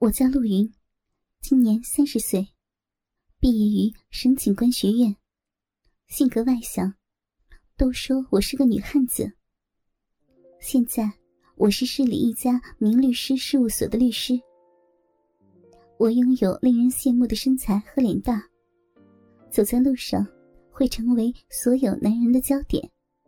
我叫陆云，今年30岁，毕业于省警官学院，性格外向，都说我是个女汉子。现在我是市里一家名律师事务所的律师。我拥有令人羡慕的身材和脸蛋，走在路上会成为所有男人的焦点。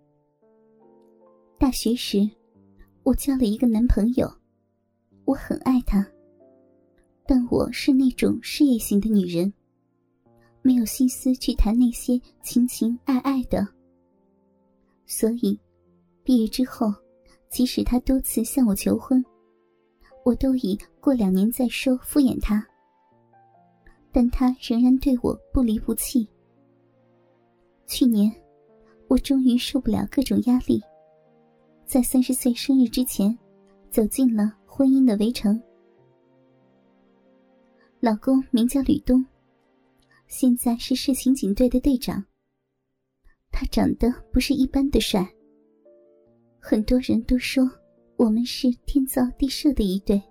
大学时，我交了一个男朋友，我很爱他，但我是那种事业型的女人，没有心思去谈那些情情爱爱的。所以毕业之后，即使他多次向我求婚，我都以过2年再说敷衍他，但他仍然对我不离不弃。去年我终于受不了各种压力，在30岁生日之前走进了婚姻的围城。老公名叫吕东，现在是市刑警队的队长。他长得不是一般的帅，很多人都说我们是天造地设的一对。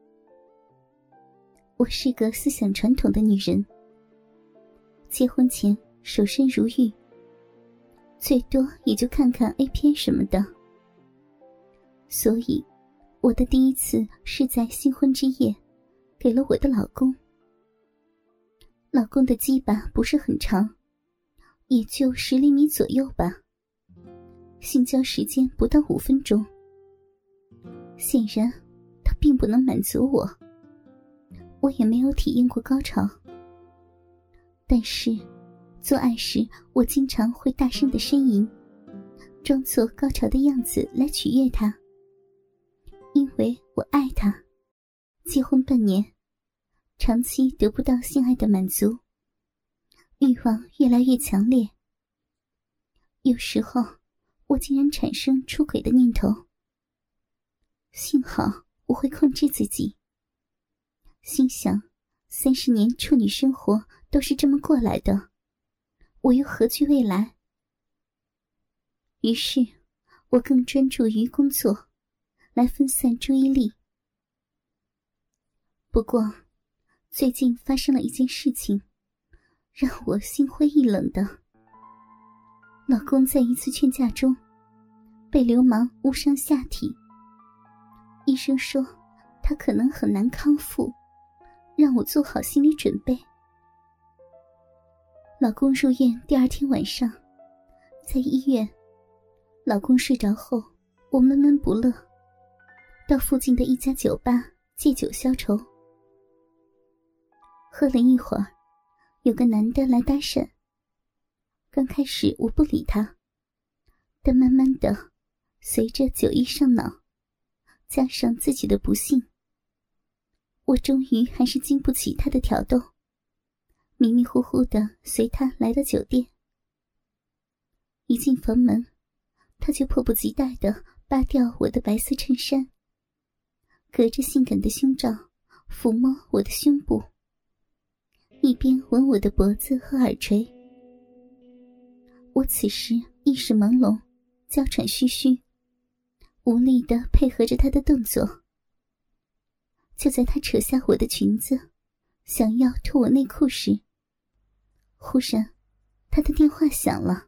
我是个思想传统的女人，结婚前守身如玉，最多也就看看 A 片什么的。所以我的第一次是在新婚之夜给了我的老公。老公的鸡巴不是很长，也就10厘米左右吧，性交时间不到5分钟。显然他并不能满足我，我也没有体验过高潮。但是做爱时我经常会大声地呻吟，装作高潮的样子来取悦他。因为我爱他，结婚半年，长期得不到性爱的满足，欲望越来越强烈。有时候我竟然产生出轨的念头。幸好我会控制自己，心想30年处女生活都是这么过来的，我又何惧未来？于是我更专注于工作，来分散注意力。不过最近发生了一件事情，让我心灰意冷的。老公在一次劝架中被流氓误伤下体，医生说他可能很难康复，让我做好心理准备。老公入院第2天晚上，在医院，老公睡着后，我闷闷不乐，到附近的一家酒吧借酒消愁。喝了一会儿，有个男的来搭讪。刚开始我不理他，但慢慢的，随着酒意上脑，加上自己的不幸，我终于还是经不起他的挑逗，迷迷糊糊的随他来到酒店。一进房门，他就迫不及待地扒掉我的白色衬衫，隔着性感的胸罩抚摸我的胸部，一边吻我的脖子和耳垂。我此时意识朦胧，娇喘吁吁，无力地配合着他的动作。就在他扯下我的裙子，想要脱我内裤时，忽然他的电话响了。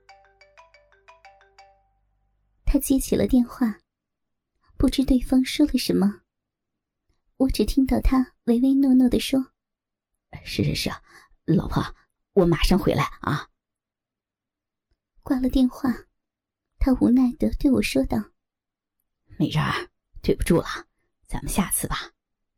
他接起了电话，不知对方说了什么，我只听到他唯唯诺诺地说： 是啊，老婆，我马上回来啊。 挂了电话，他无奈地对我说道： 美人儿，对不住了，咱们下次吧。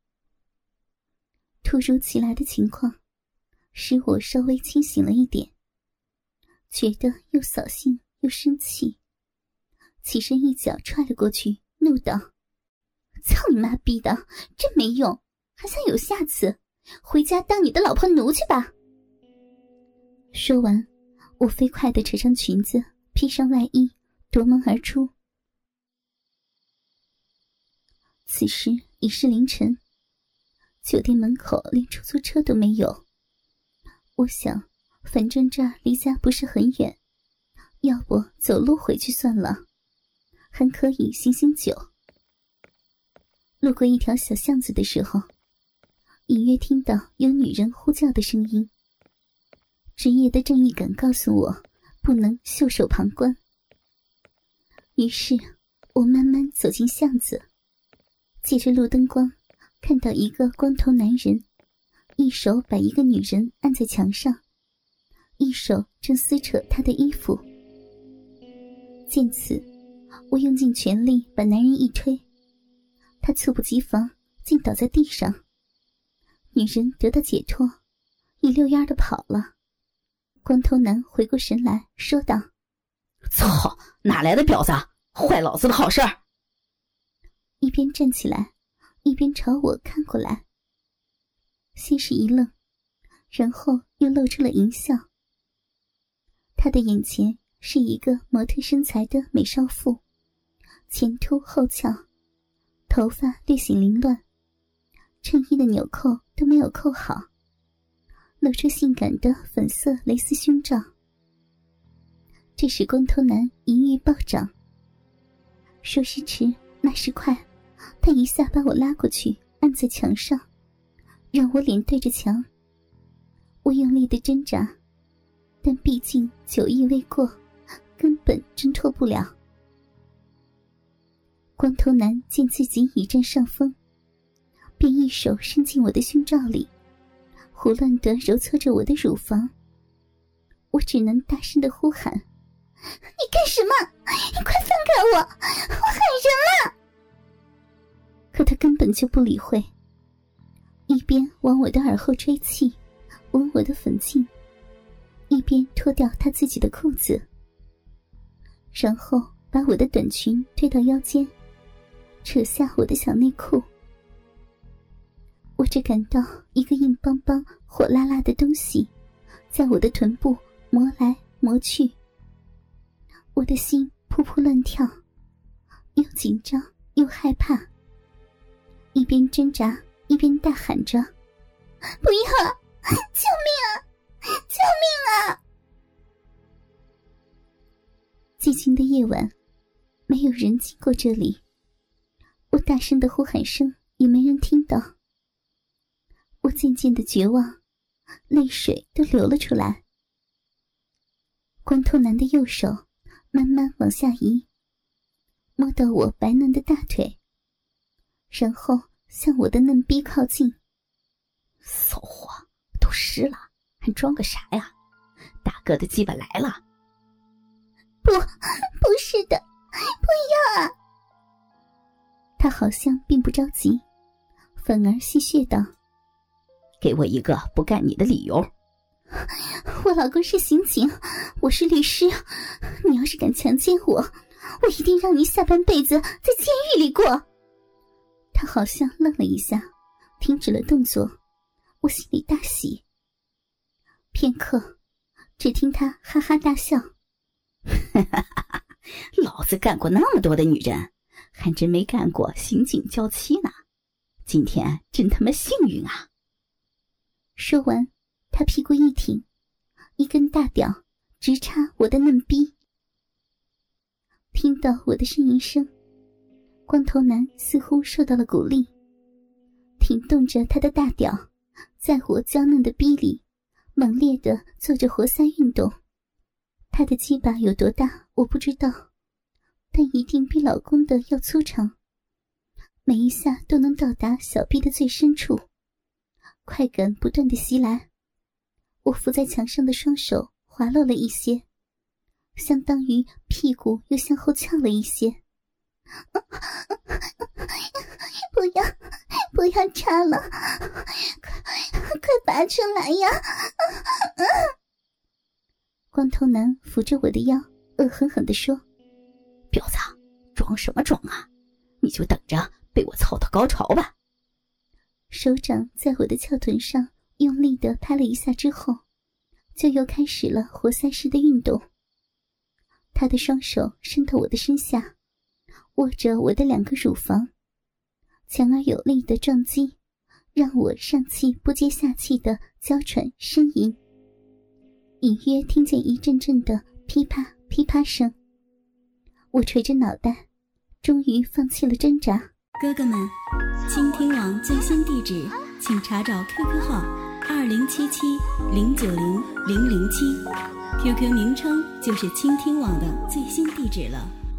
突如其来的情况使我稍微清醒了一点，觉得又扫兴又生气，起身一脚踹了过去，怒道：操你妈逼的，真没用，还想有下次，回家当你的老婆奴去吧。说完，我飞快地扯上裙子，披上外衣，夺门而出。此时已是凌晨，酒店门口连出租车都没有。我想反正这儿离家不是很远，要不走路回去算了，还可以醒醒酒。路过一条小巷子的时候， 隐约听到有女人呼叫的声音。职业的正义感告诉我不能袖手旁观。于是我慢慢走进巷子，借着路灯光看到一个光头男人，一手把一个女人按在墙上，一手正撕扯她的衣服。见此，我用尽全力把男人一推，他猝不及防竟倒在地上。女人得到解脱，一溜烟地跑了。光头男回过神来说道： 操，哪来的婊子，坏老子的好事儿！ 一边站起来，一边朝我看过来。先是一愣，然后又露出了淫笑。他的眼前是一个模特身材的美少妇，前凸后翘，头发略显凌乱，衬衣的纽扣都没有扣好，露出性感的粉色蕾丝胸罩。这时光头男淫欲暴涨，说时迟那时快，他一下把我拉过去按在墙上，让我脸对着墙。我用力地挣扎，但毕竟酒意未过，根本挣脱不了。光头男见自己已占上风，便一手伸进我的胸罩里，胡乱地揉搓着我的乳房。我只能大声地呼喊：你干什么？你快放开我，我喊人了！可他根本就不理会，一边往我的耳后吹气，吻我的粉颈，一边脱掉他自己的裤子，然后把我的短裙推到腰间，扯下我的小内裤。我只感到一个硬邦邦火辣辣的东西在我的臀部磨来磨去，我的心扑扑乱跳，又紧张又害怕，一边挣扎一边大喊着：不要！救命啊！救命啊！寂静的夜晚，没有人经过这里，我大声的呼喊声也没人听到。我渐渐的绝望，泪水都流了出来。光头男的右手慢慢往下移，摸到我白嫩的大腿，然后向我的嫩逼靠近。 骚货，都湿了，还装个啥呀？大哥的鸡巴来了！ 不是的，不要啊！他好像并不着急，反而戏谑道： 给我一个不干你的理由。 我老公是刑警，我是律师，你要是敢强奸我，我一定让你下半辈子在监狱里过。他好像愣了一下，停止了动作，我心里大喜。片刻，只听他哈哈大笑： 老子干过那么多的女人，还真没干过刑警娇妻呢，今天真他妈幸运啊！ 说完，他屁股一挺，一根大屌直插我的嫩逼。听到我的呻吟声，光头男似乎受到了鼓励，挺动着他的大屌，在我娇嫩的逼里猛烈地做着活塞运动。他的鸡巴有多大我不知道，但一定比老公的要粗长，每一下都能到达小臂的最深处，快感不断地袭来。我扶在墙上的双手滑落了一些，相当于屁股又向后翘了一些。不要插了，快拔出来呀！光头男扶着我的腰，恶狠狠地说： 婊子，装什么装啊？你就等着被我操到高潮吧！ 手掌在我的翘臀上用力地拍了一下之后，就又开始了活塞式的运动。他的双手伸到我的身下，握着我的两个乳房，强而有力的撞击让我上气不接下气的娇喘呻吟，隐约听见一阵阵的噼啪噼啪声。我垂着脑袋，终于放弃了挣扎。 哥哥们，倾听网最新地址，请请查找 QQ 号2077090007，QQ 名称就是倾听网的最新地址了。